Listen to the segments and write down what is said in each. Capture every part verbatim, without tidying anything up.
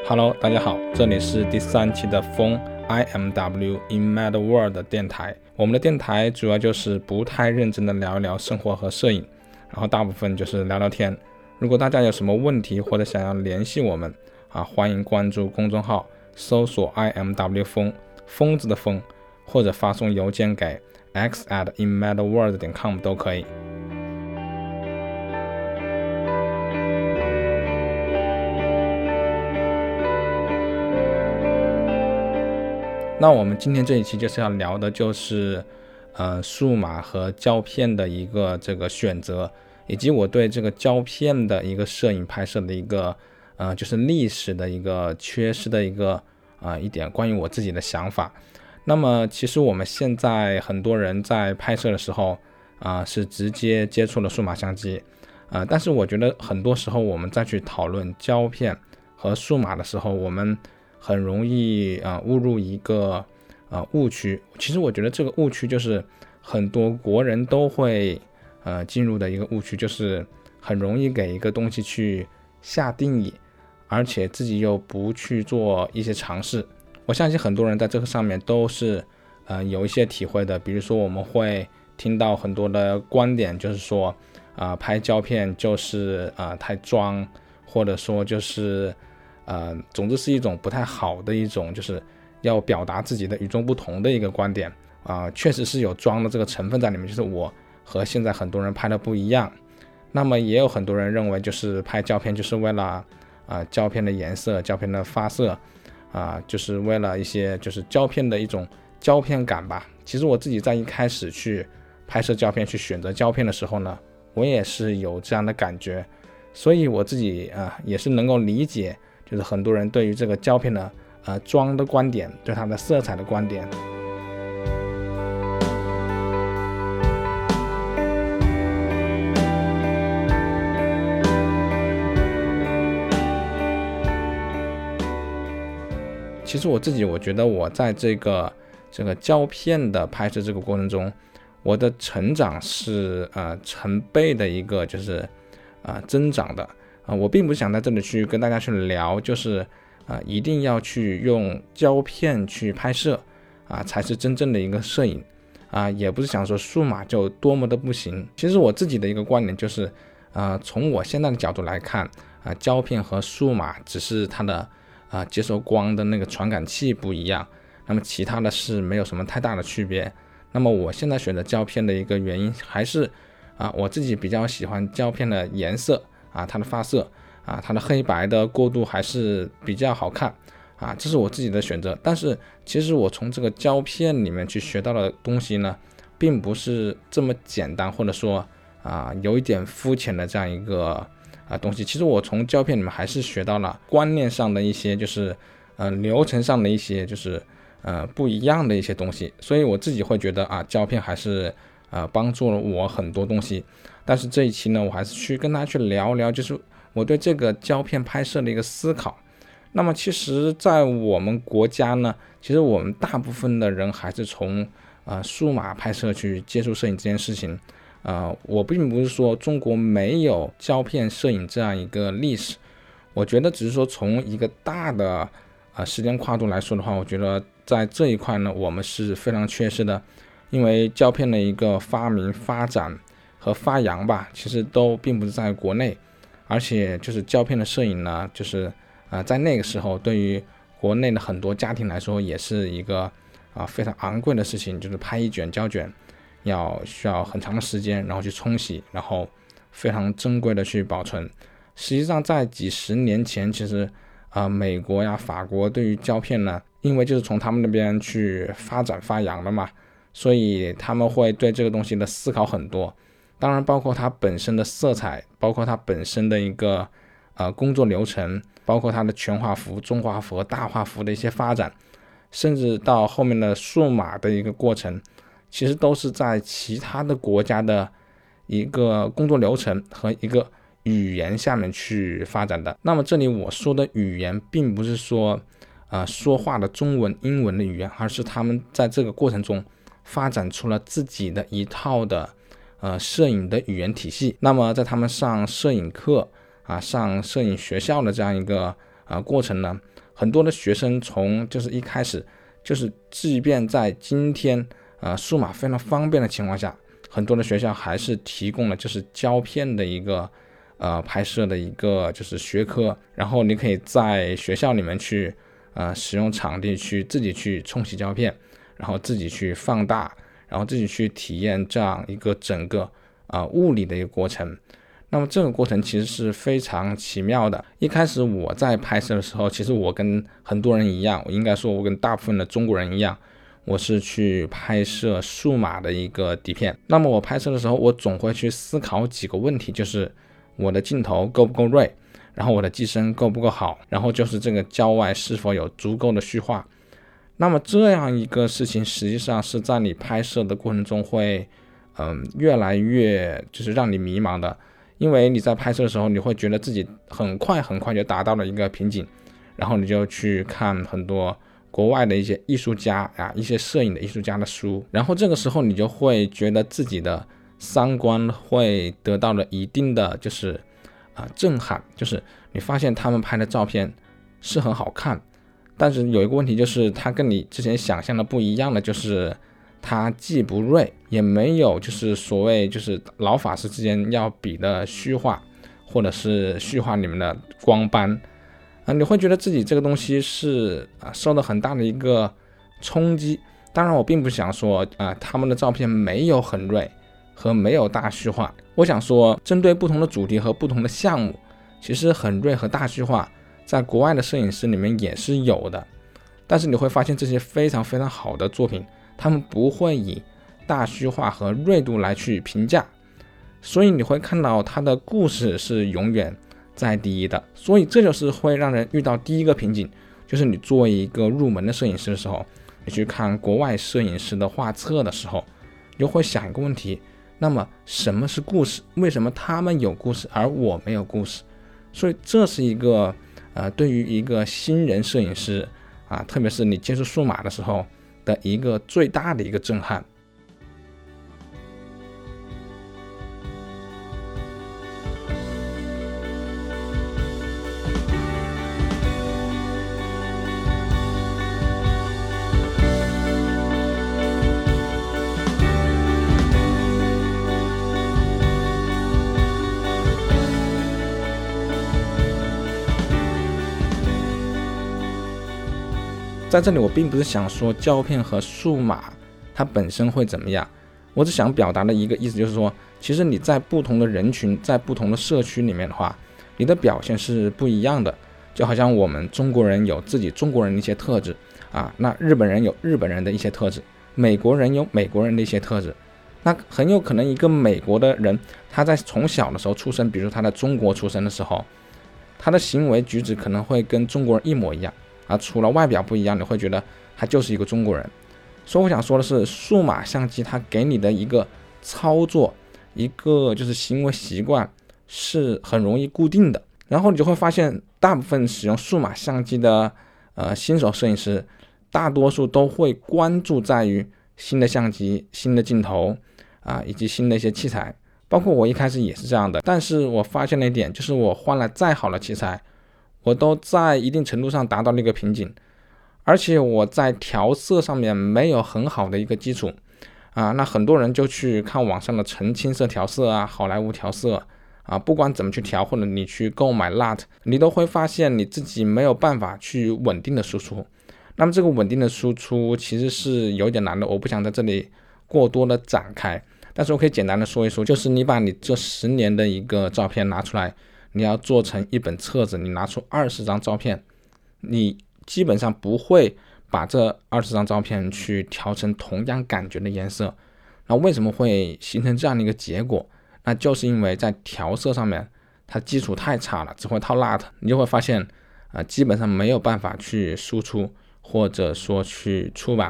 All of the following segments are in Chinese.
Hello， 大家好，这里是第三期的风 I M W in Mad World 电台。我们的电台主要就是不太认真的聊一聊生活和摄影，然后大部分就是聊聊天。如果大家有什么问题或者想要联系我们啊，欢迎关注公众号，搜索 I M W 风，疯子的疯，或者发送邮件给 x at inmadworld 点 com 都可以。那我们今天这一期就是要聊的就是呃数码和胶片的一个这个选择，以及我对这个胶片的一个摄影拍摄的一个呃就是历史的一个缺失的一个啊、呃、一点关于我自己的想法。那么其实我们现在很多人在拍摄的时候啊、呃、是直接接触了数码相机啊、呃，但是我觉得很多时候我们再去讨论胶片和数码的时候，我们很容易啊、呃、误入一个呃误区。其实我觉得这个误区就是很多国人都会呃进入的一个误区，就是很容易给一个东西去下定义，而且自己又不去做一些尝试。我相信很多人在这个上面都是呃有一些体会的。比如说我们会听到很多的观点，就是说啊、呃、拍胶片就是啊、呃、太装，或者说就是呃，总之是一种不太好的一种，就是要表达自己的与众不同的一个观点啊、呃，确实是有装的这个成分在里面，就是我和现在很多人拍的不一样。那么也有很多人认为，就是拍胶片就是为了啊、呃、胶片的颜色、胶片的发色啊、呃，就是为了一些就是胶片的一种胶片感吧。其实我自己在一开始去拍摄胶片、去选择胶片的时候呢，我也是有这样的感觉，所以我自己啊、呃、也是能够理解。就是很多人对于这个胶片的呃装的观点，对它的色彩的观点。其实我自己我觉得我在这个这个胶片的拍摄这个过程中，我的成长是呃成倍的一个就是呃增长的。啊、呃，我并不想在这里去跟大家去聊，就是啊、呃，一定要去用胶片去拍摄啊、呃，才是真正的一个摄影啊、呃，也不是想说数码就多么的不行。其实我自己的一个观点就是，呃，从我现在的角度来看啊、呃，胶片和数码只是它的啊、呃、接收光的那个传感器不一样，那么其他的是没有什么太大的区别。那么我现在选择胶片的一个原因还是啊、呃，我自己比较喜欢胶片的颜色。啊，它的发色啊，它的黑白的过渡还是比较好看啊，这是我自己的选择。但是其实我从这个胶片里面去学到的东西呢，并不是这么简单，或者说啊有一点肤浅的这样一个啊东西。其实我从胶片里面还是学到了观念上的一些，就是呃流程上的一些，就是呃不一样的一些东西。所以我自己会觉得啊，胶片还是呃帮助了我很多东西。但是这一期呢，我还是去跟大家去聊聊，就是我对这个胶片拍摄的一个思考。那么其实在我们国家呢，其实我们大部分的人还是从呃数码拍摄去接触摄影这件事情。呃，我并不是说中国没有胶片摄影这样一个历史，我觉得只是说从一个大的呃时间跨度来说的话，我觉得在这一块呢，我们是非常缺失的。因为胶片的一个发明发展和发扬吧，其实都并不是在国内，而且就是胶片的摄影呢，就是呃在那个时候对于国内的很多家庭来说，也是一个啊、呃、非常昂贵的事情，就是拍一卷胶卷要需要很长的时间，然后去冲洗，然后非常珍贵的去保存。实际上在几十年前，其实啊、呃、美国呀、法国对于胶片呢，因为就是从他们那边去发展发扬的嘛，所以他们会对这个东西的思考很多。当然包括它本身的色彩，包括它本身的一个呃工作流程，包括它的全画幅、中画幅和大画幅的一些发展，甚至到后面的数码的一个过程，其实都是在其他的国家的一个工作流程和一个语言下面去发展的。那么这里我说的语言并不是说呃说话的中文、英文的语言，而是他们在这个过程中发展出了自己的一套的呃，摄影的语言体系。那么在他们上摄影课啊，上摄影学校的这样一个呃过程呢， 很多的学生从就是一开始就是即便在今天呃数码非常方便的情况下，很多的学校还是提供了就是胶片的一个呃拍摄的一个就是学科，然后你可以在学校里面去呃使用场地去自己去冲洗胶片，然后自己去放大，然后自己去体验这样一个整个啊、呃、物理的一个过程。那么这个过程其实是非常奇妙的。一开始我在拍摄的时候，其实我跟很多人一样，我应该说我跟大部分的中国人一样，我是去拍摄数码的一个底片。那么我拍摄的时候，我总会去思考几个问题，就是我的镜头够不够锐，然后我的机身够不够好，然后就是这个焦外是否有足够的虚化。那么这样一个事情实际上是在你拍摄的过程中会嗯越来越就是让你迷茫的。因为你在拍摄的时候，你会觉得自己很快很快就达到了一个瓶颈，然后你就去看很多国外的一些艺术家啊，一些摄影的艺术家的书，然后这个时候你就会觉得自己的三观会得到了一定的就是啊震撼，就是你发现他们拍的照片是很好看，但是有一个问题就是它跟你之前想象的不一样的，就是它既不锐，也没有就是所谓就是老法师之间要比的虚化，或者是虚化里面的光斑啊，你会觉得自己这个东西是啊受到很大的一个冲击。当然我并不想说啊他们的照片没有很锐和没有大虚化，我想说针对不同的主题和不同的项目，其实很锐和大虚化在国外的摄影师里面也是有的，但是你会发现这些非常非常好的作品，他们不会以大虚化和锐度来去评价，所以你会看到他的故事是永远在第一的。所以这就是会让人遇到第一个瓶颈，就是你作为一个入门的摄影师的时候，你去看国外摄影师的画册的时候，你就会想一个问题，那么什么是故事？为什么他们有故事而我没有故事？所以这是一个呃，对于一个新人摄影师啊，特别是你接触数码的时候的一个最大的一个震撼。在这里我并不是想说胶片和数码它本身会怎么样，我只想表达的一个意思就是说，其实你在不同的人群，在不同的社区里面的话，你的表现是不一样的。就好像我们中国人有自己中国人的一些特质啊，那日本人有日本人的一些特质，美国人有美国人的一些特质。那很有可能一个美国的人，他在从小的时候出生，比如他在中国出生的时候，他的行为举止可能会跟中国人一模一样啊，除了外表不一样，你会觉得他就是一个中国人。所以我想说的是，数码相机它给你的一个操作，一个就是行为习惯是很容易固定的。然后你就会发现，大部分使用数码相机的呃新手摄影师，大多数都会关注在于新的相机、新的镜头啊，以及新的一些器材。包括我一开始也是这样的，但是我发现了一点，就是我换了再好的器材，我都在一定程度上达到了一个瓶颈，而且我在调色上面没有很好的一个基础啊。那很多人就去看网上的澄清色调色啊、好莱坞调色啊，不管怎么去调，或者你去购买 L U T， 你都会发现你自己没有办法去稳定的输出。那么这个稳定的输出其实是有点难的，我不想在这里过多的展开，但是我可以简单的说一说，就是你把你这十年的一个照片拿出来，你要做成一本册子，你拿出二十张照片，你基本上不会把这二十张照片去调成同样感觉的颜色。那为什么会形成这样的一个结果？那就是因为在调色上面它基础太差了，只会套 L U T， 你就会发现啊、呃，基本上没有办法去输出或者说去出版。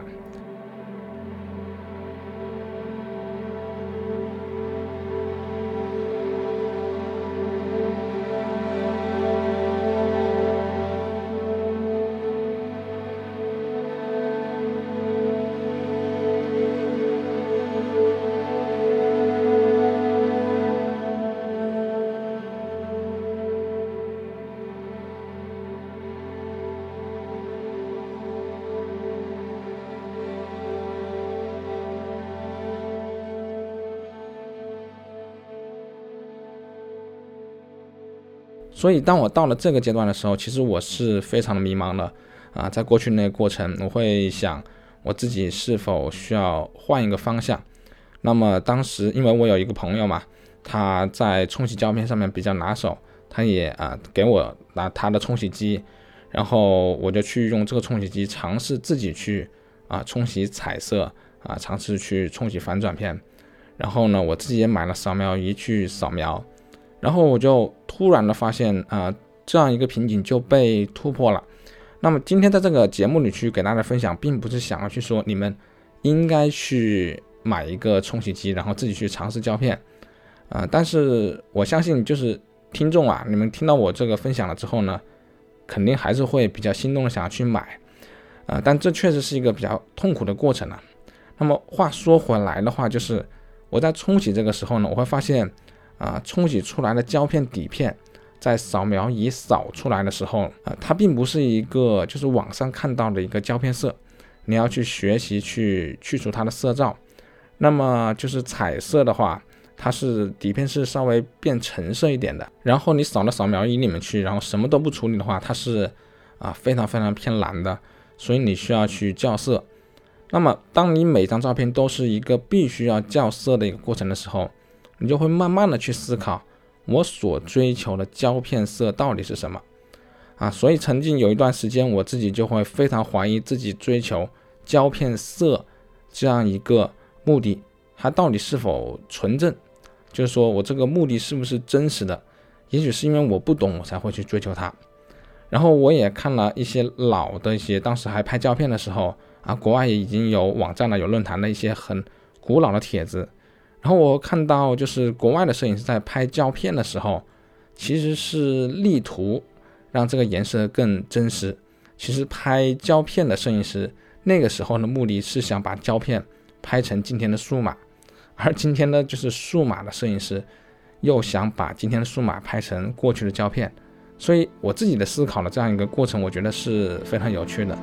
所以当我到了这个阶段的时候，其实我是非常的迷茫的啊。在过去那个过程，我会想我自己是否需要换一个方向。那么当时因为我有一个朋友嘛，他在冲洗胶片上面比较拿手，他也啊给我拿他的冲洗机，然后我就去用这个冲洗机尝试自己去啊冲洗彩色啊，尝试去冲洗反转片。然后呢，我自己也买了扫描仪去扫描，然后我就突然的发现啊，这样一个瓶颈就被突破了。那么今天在这个节目里去给大家分享，并不是想要去说你们应该去买一个冲洗机，然后自己去尝试胶片啊、呃，但是我相信就是听众啊，你们听到我这个分享了之后呢，肯定还是会比较心动的想要去买啊、呃，但这确实是一个比较痛苦的过程啊。那么话说回来的话，就是我在冲洗这个时候呢，我会发现啊、呃，冲洗出来的胶片底片在扫描仪扫出来的时候啊、呃，它并不是一个就是网上看到的一个胶片色，你要去学习去去除它的色罩。那么就是彩色的话，它是底片是稍微变橙色一点的，然后你扫到扫描仪里面去，然后什么都不处理的话，它是啊非常非常偏蓝的，所以你需要去校色。那么当你每张照片都是一个必须要校色的一个过程的时候，你就会慢慢的去思考我所追求的胶片色到底是什么啊。所以曾经有一段时间，我自己就会非常怀疑自己追求胶片色这样一个目的它到底是否纯正，就是说我这个目的是不是真实的。也许是因为我不懂，我才会去追求它。然后我也看了一些老的一些当时还拍胶片的时候啊，国外也已经有网站了，有论坛的一些很古老的帖子。然后我看到就是国外的摄影师在拍胶片的时候，其实是力图让这个颜色更真实。其实拍胶片的摄影师那个时候的目的是想把胶片拍成今天的数码，而今天呢就是数码的摄影师又想把今天的数码拍成过去的胶片。所以我自己的思考的这样一个过程，我觉得是非常有趣的。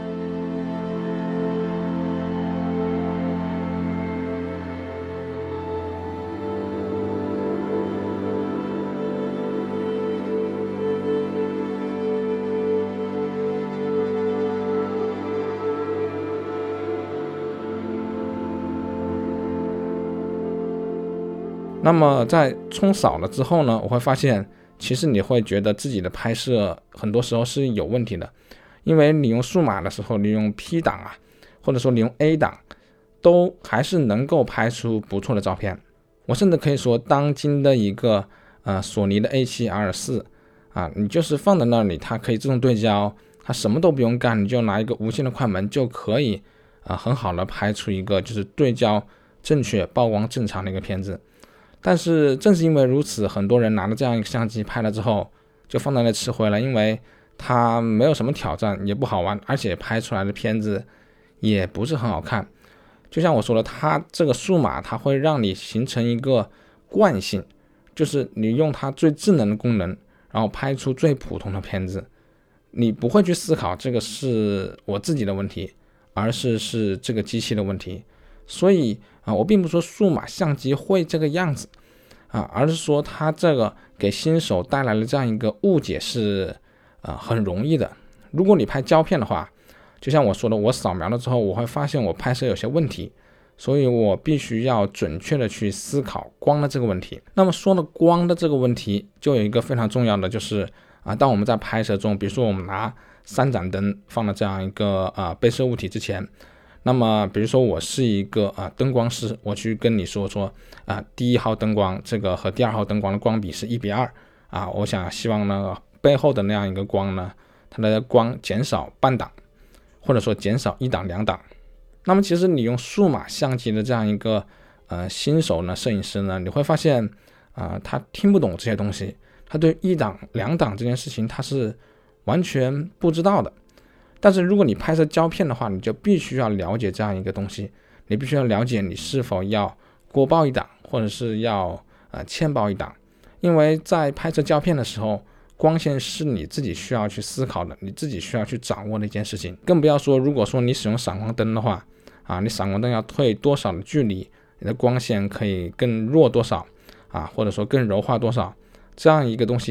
那么在冲扫了之后呢，我会发现其实你会觉得自己的拍摄很多时候是有问题的。因为你用数码的时候，你用 P 档啊，或者说你用 A 档，都还是能够拍出不错的照片。我甚至可以说当今的一个呃索尼的 A 七 R 四 啊，你就是放在那里，它可以自动对焦，它什么都不用干，你就拿一个无线的快门就可以啊很好的拍出一个就是对焦正确、曝光正常的一个片子。但是正是因为如此，很多人拿了这样一个相机拍了之后就放在那吃灰了，因为它没有什么挑战，也不好玩，而且拍出来的片子也不是很好看。就像我说的，它这个数码它会让你形成一个惯性，就是你用它最智能的功能，然后拍出最普通的片子，你不会去思考这个是我自己的问题，而是是这个机器的问题。所以啊，我并不说数码相机会这个样子啊，而是说它这个给新手带来了这样一个误解是啊很容易的。如果你拍胶片的话，就像我说的，我扫描了之后，我会发现我拍摄有些问题，所以我必须要准确的去思考光的这个问题。那么说了光的这个问题，就有一个非常重要的，就是啊，当我们在拍摄中，比如说我们拿三盏灯放到这样一个啊被摄物体之前，那么比如说我是一个啊灯光师，我去跟你说说啊第一号灯光这个和第二号灯光的光比是一比二啊，我想希望呢背后的那样一个光呢，它的光减少半档，或者说减少一档两档。那么其实你用数码相机的这样一个呃新手呢摄影师呢，你会发现啊、呃、他听不懂这些东西，他对一档两档这件事情他是完全不知道的。但是如果你拍摄胶片的话，你就必须要了解这样一个东西，你必须要了解你是否要过曝一档，或者是要呃欠曝一档。因为在拍摄胶片的时候，光线是你自己需要去思考的，你自己需要去掌握的一件事情。更不要说如果说你使用闪光灯的话啊，你闪光灯要退多少的距离，你的光线可以更弱多少啊，或者说更柔化多少，这样一个东西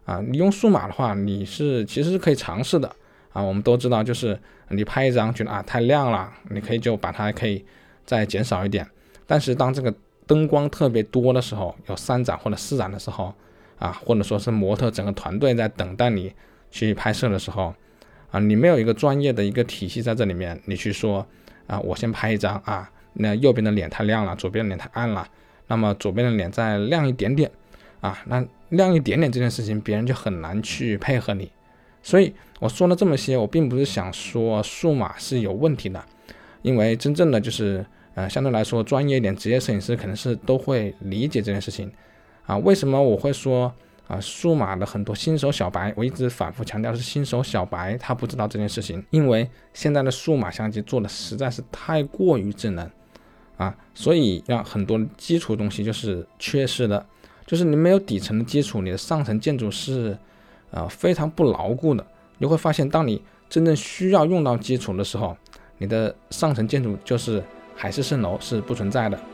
啊，你用数码的话，你是其实是可以尝试的啊。我们都知道，就是你拍一张觉得啊太亮了，你可以就把它可以再减少一点。但是当这个灯光特别多的时候，有三盏或者四盏的时候啊，或者说是模特整个团队在等待你去拍摄的时候啊，你没有一个专业的一个体系在这里面，你去说啊，我先拍一张啊，那右边的脸太亮了，左边的脸太暗了，那么左边的脸再亮一点点啊，那亮一点点这件事情，别人就很难去配合你。所以我说了这么些，我并不是想说数码是有问题的，因为真正的就是呃，相对来说专业一点职业摄影师可能是都会理解这件事情啊。为什么我会说啊，数码的很多新手小白，我一直反复强调是新手小白，他不知道这件事情，因为现在的数码相机做的实在是太过于智能啊，所以让很多基础东西就是缺失的，就是你没有底层的基础，你的上层建筑是呃非常不牢固的。你会发现，当你真正需要用到基础的时候，你的上层建筑就是海市蜃楼，是不存在的。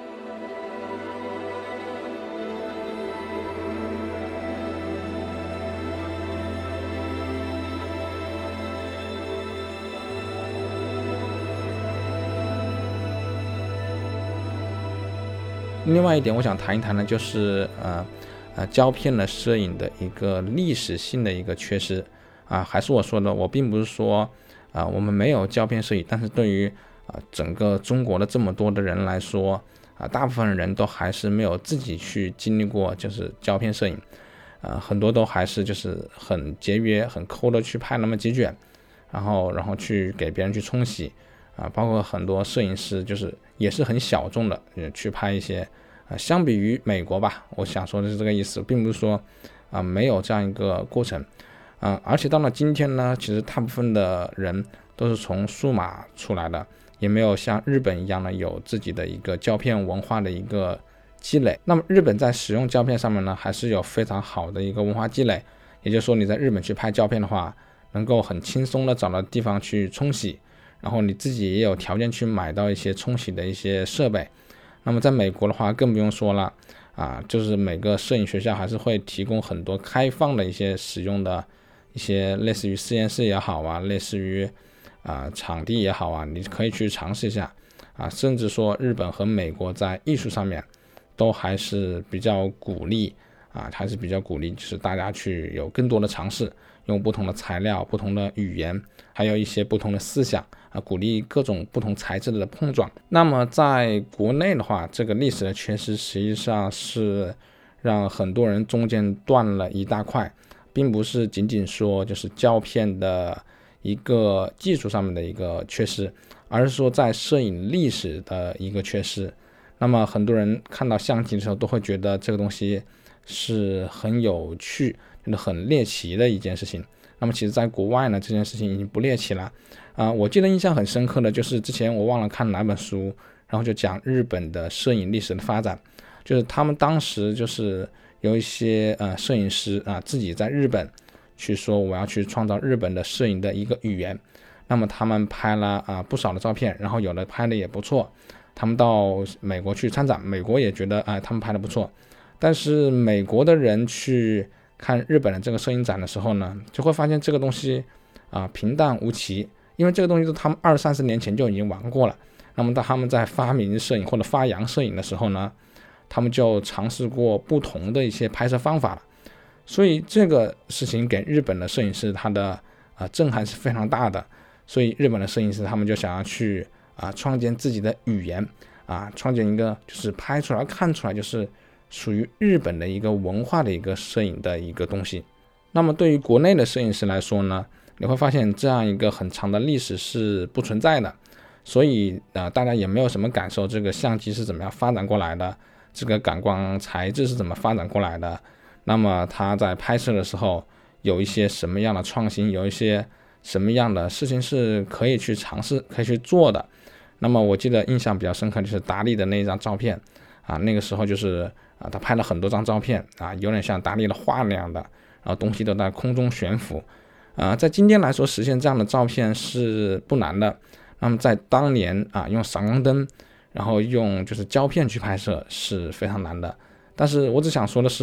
另外一点我想谈一谈的就是呃呃胶片的摄影的一个历史性的一个缺失啊，还是我说的，我并不是说啊、呃、我们没有胶片摄影，但是对于啊、呃、整个中国的这么多的人来说啊、呃，大部分人都还是没有自己去经历过就是胶片摄影，呃很多都还是就是很节约很抠的去拍那么几卷，然后然后去给别人去冲洗啊，包括很多摄影师就是也是很小众的，去拍一些啊，相比于美国吧，我想说的是这个意思，并不是说啊没有这样一个过程啊，而且到了今天呢，其实大部分的人都是从数码出来的，也没有像日本一样的有自己的一个胶片文化的一个积累。那么日本在使用胶片上面呢，还是有非常好的一个文化积累，也就是说你在日本去拍胶片的话，能够很轻松的找到地方去冲洗。然后你自己也有条件去买到一些冲洗的一些设备。那么在美国的话更不用说了啊，就是每个摄影学校还是会提供很多开放的一些使用的一些类似于实验室也好啊，类似于啊场地也好啊，你可以去尝试一下啊。甚至说日本和美国在艺术上面都还是比较鼓励啊，还是比较鼓励就是大家去有更多的尝试，用不同的材料、不同的语言，还有一些不同的思想啊，鼓励各种不同材质的碰撞。那么在国内的话，这个历史的缺失实际上是让很多人中间断了一大块，并不是仅仅说就是胶片的一个技术上面的一个缺失，而是说在摄影历史的一个缺失。那么很多人看到相机的时候都会觉得这个东西是很有趣，觉得很猎奇的一件事情。那么其实在国外呢，这件事情已经不猎奇了啊、呃。我记得印象很深刻的就是之前我忘了看哪本书，然后就讲日本的摄影历史的发展，就是他们当时就是有一些呃摄影师啊、呃、自己在日本去说我要去创造日本的摄影的一个语言。那么他们拍了啊、呃、不少的照片，然后有的拍的也不错，他们到美国去参展，美国也觉得啊、呃、他们拍的不错，但是美国的人去看日本的这个摄影展的时候呢，就会发现这个东西啊、呃、平淡无奇，因为这个东西是他们二三十年前就已经玩过了。那么当他们在发明摄影或者发扬摄影的时候呢，他们就尝试过不同的一些拍摄方法了。所以这个事情给日本的摄影师他的啊、呃、震撼是非常大的。所以日本的摄影师他们就想要去啊、呃、创建自己的语言啊，创建一个就是拍出来看出来就是属于日本的一个文化的一个摄影的一个东西。那么对于国内的摄影师来说呢，你会发现这样一个很长的历史是不存在的，所以呃大家也没有什么感受这个相机是怎么样发展过来的，这个感光材质是怎么发展过来的，那么它在拍摄的时候有一些什么样的创新，有一些什么样的事情是可以去尝试可以去做的。那么我记得印象比较深刻就是达利的那一张照片啊，那个时候就是啊，他拍了很多张照片啊，有点像达利的画那样的，然后东西都在空中悬浮啊。在今天来说，实现这样的照片是不难的。那么在当年啊，用闪光灯，然后用就是胶片去拍摄是非常难的。但是我只想说的是，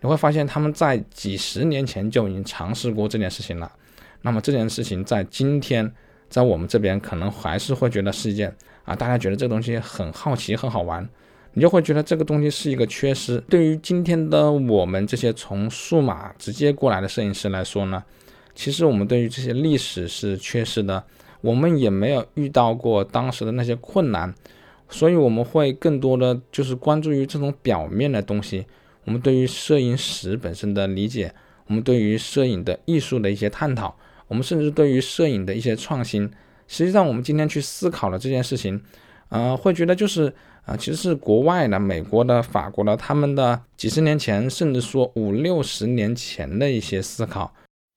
你会发现他们在几十年前就已经尝试过这件事情了。那么这件事情在今天在我们这边可能还是会觉得是一件啊，大家觉得这个东西很好奇很好玩，你就会觉得这个东西是一个缺失。对于今天的我们这些从数码直接过来的摄影师来说呢，其实我们对于这些历史是缺失的，我们也没有遇到过当时的那些困难，所以我们会更多的就是关注于这种表面的东西。我们对于摄影史本身的理解，我们对于摄影的艺术的一些探讨，我们甚至对于摄影的一些创新，实际上我们今天去思考了这件事情，呃，会觉得就是啊、呃，其实是国外的、美国的、法国的，他们的几十年前，甚至说五六十年前的一些思考。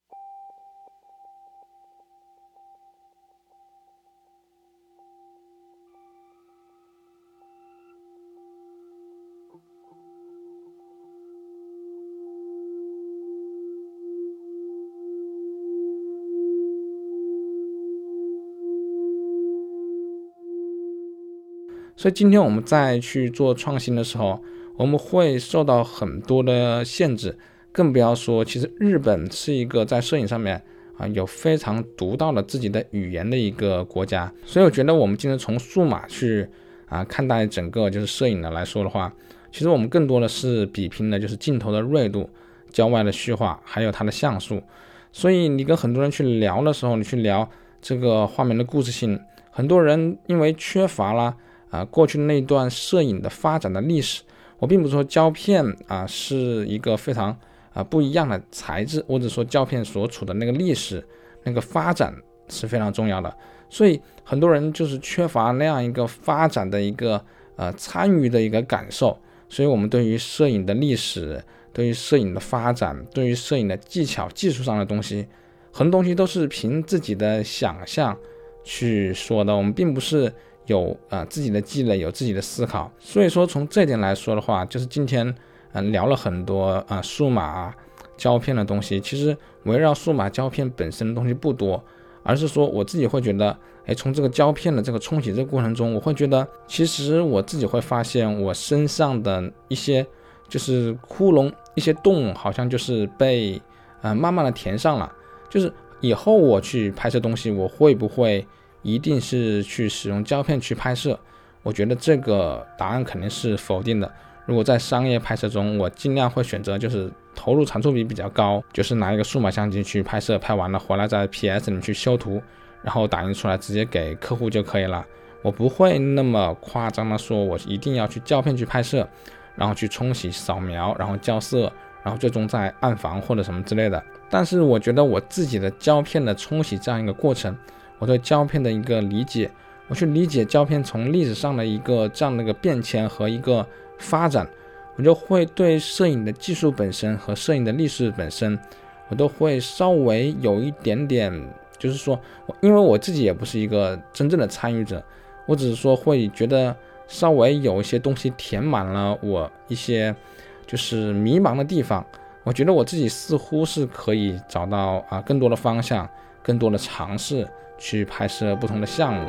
所以今天我们在去做创新的时候，我们会受到很多的限制，更不要说其实日本是一个在摄影上面啊有非常独到的自己的语言的一个国家。所以我觉得我们今天从数码去啊看待整个就是摄影的来说的话，其实我们更多的是比拼的就是镜头的锐度、焦外的虚化，还有它的像素。所以你跟很多人去聊的时候，你去聊这个画面的故事性，很多人因为缺乏了啊，过去那段摄影的发展的历史，我并不是说胶片啊是一个非常啊不一样的材质，或者说胶片所处的那个历史那个发展是非常重要的，所以很多人就是缺乏那样一个发展的一个呃参与的一个感受，所以我们对于摄影的历史、对于摄影的发展、对于摄影的技巧、技术上的东西，很多东西都是凭自己的想象去说的，我们并不是有呃自己的积累，有自己的思考。所以说从这点来说的话，就是今天嗯、呃、聊了很多啊、呃、数码、啊、胶片的东西，其实围绕数码胶片本身的东西不多，而是说我自己会觉得，哎，从这个胶片的这个冲洗这个过程中，我会觉得其实我自己会发现我身上的一些就是窟窿、一些洞，好像就是被呃慢慢的填上了。就是以后我去拍摄东西，我会不会一定是去使用胶片去拍摄？我觉得这个答案肯定是否定的。如果在商业拍摄中，我尽量会选择就是投入产出比比较高，就是拿一个数码相机去拍摄，拍完了回来在 P S 里面去修图，然后打印出来直接给客户就可以了。我不会那么夸张的说我一定要去胶片去拍摄，然后去冲洗、扫描，然后校色，然后最终再暗房或者什么之类的。但是我觉得我自己的胶片的冲洗这样一个过程，我对胶片的一个理解，我去理解胶片从历史上的一个这样的一个变迁和一个发展，我就会对摄影的技术本身和摄影的历史本身，我都会稍微有一点点，就是说因为我自己也不是一个真正的参与者，我只是说会觉得稍微有一些东西填满了我一些就是迷茫的地方。我觉得我自己似乎是可以找到啊更多的方向，更多的尝试去拍摄不同的项目。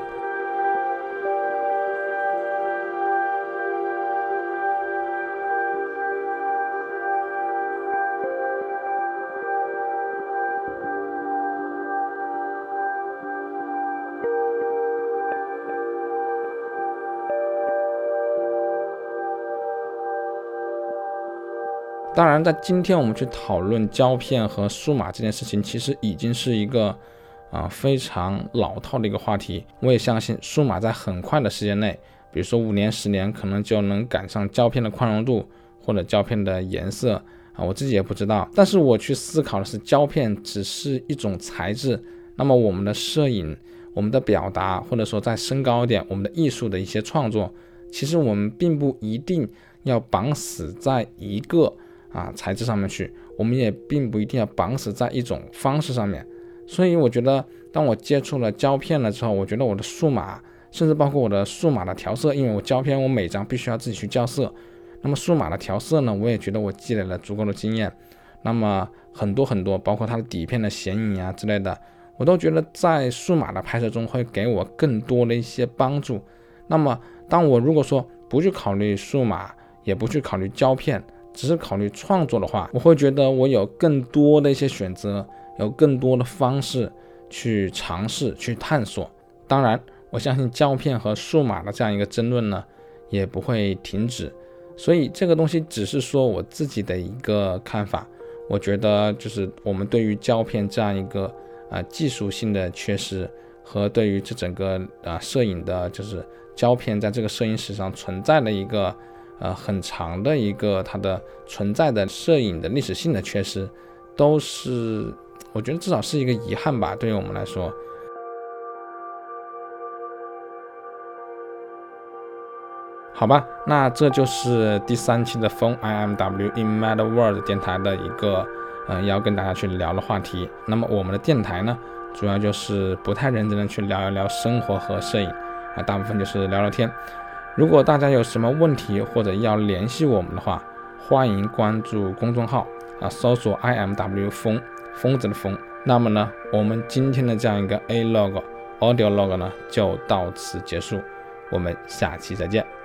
当然在今天我们去讨论胶片和数码这件事情，其实已经是一个啊、呃、非常老套的一个话题。我也相信数码在很快的时间内，比如说五年十年，可能就能赶上胶片的宽容度或者胶片的颜色啊，我自己也不知道。但是我去思考的是，胶片只是一种材质，那么我们的摄影、我们的表达，或者说再升高一点，我们的艺术的一些创作，其实我们并不一定要绑死在一个啊，材质上面去，我们也并不一定要绑死在一种方式上面。所以我觉得当我接触了胶片了之后，我觉得我的数码，甚至包括我的数码的调色，因为我胶片我每张必须要自己去校色，那么数码的调色呢，我也觉得我积累了足够的经验，那么很多很多包括它的底片的显影啊之类的，我都觉得在数码的拍摄中会给我更多的一些帮助。那么当我如果说不去考虑数码，也不去考虑胶片， 只是考虑创作的话，我会觉得我有更多的一些选择，有更多的方式去尝试去探索。当然我相信胶片和数码的这样一个争论呢也不会停止，所以这个东西只是说我自己的一个看法。我觉得就是我们对于胶片这样一个呃技术性的缺失，和对于这整个呃摄影的就是胶片在这个摄影史上存在的一个呃很长的一个它的存在的摄影的历史性的缺失，都是我觉得至少是一个遗憾吧，对于我们来说。好吧，那这就是第三期的 Phone I M W in Mad World 电台的一个呃要跟大家去聊的话题。那么我们的电台呢，主要就是不太认真的去聊一聊生活和摄影啊，大部分就是聊聊天。如果大家有什么问题或者要联系我们的话，欢迎关注公众号啊，搜索 I M W 疯疯子的疯。那么呢，我们今天的这样一个 A log audio log 呢就到此结束，我们下期再见。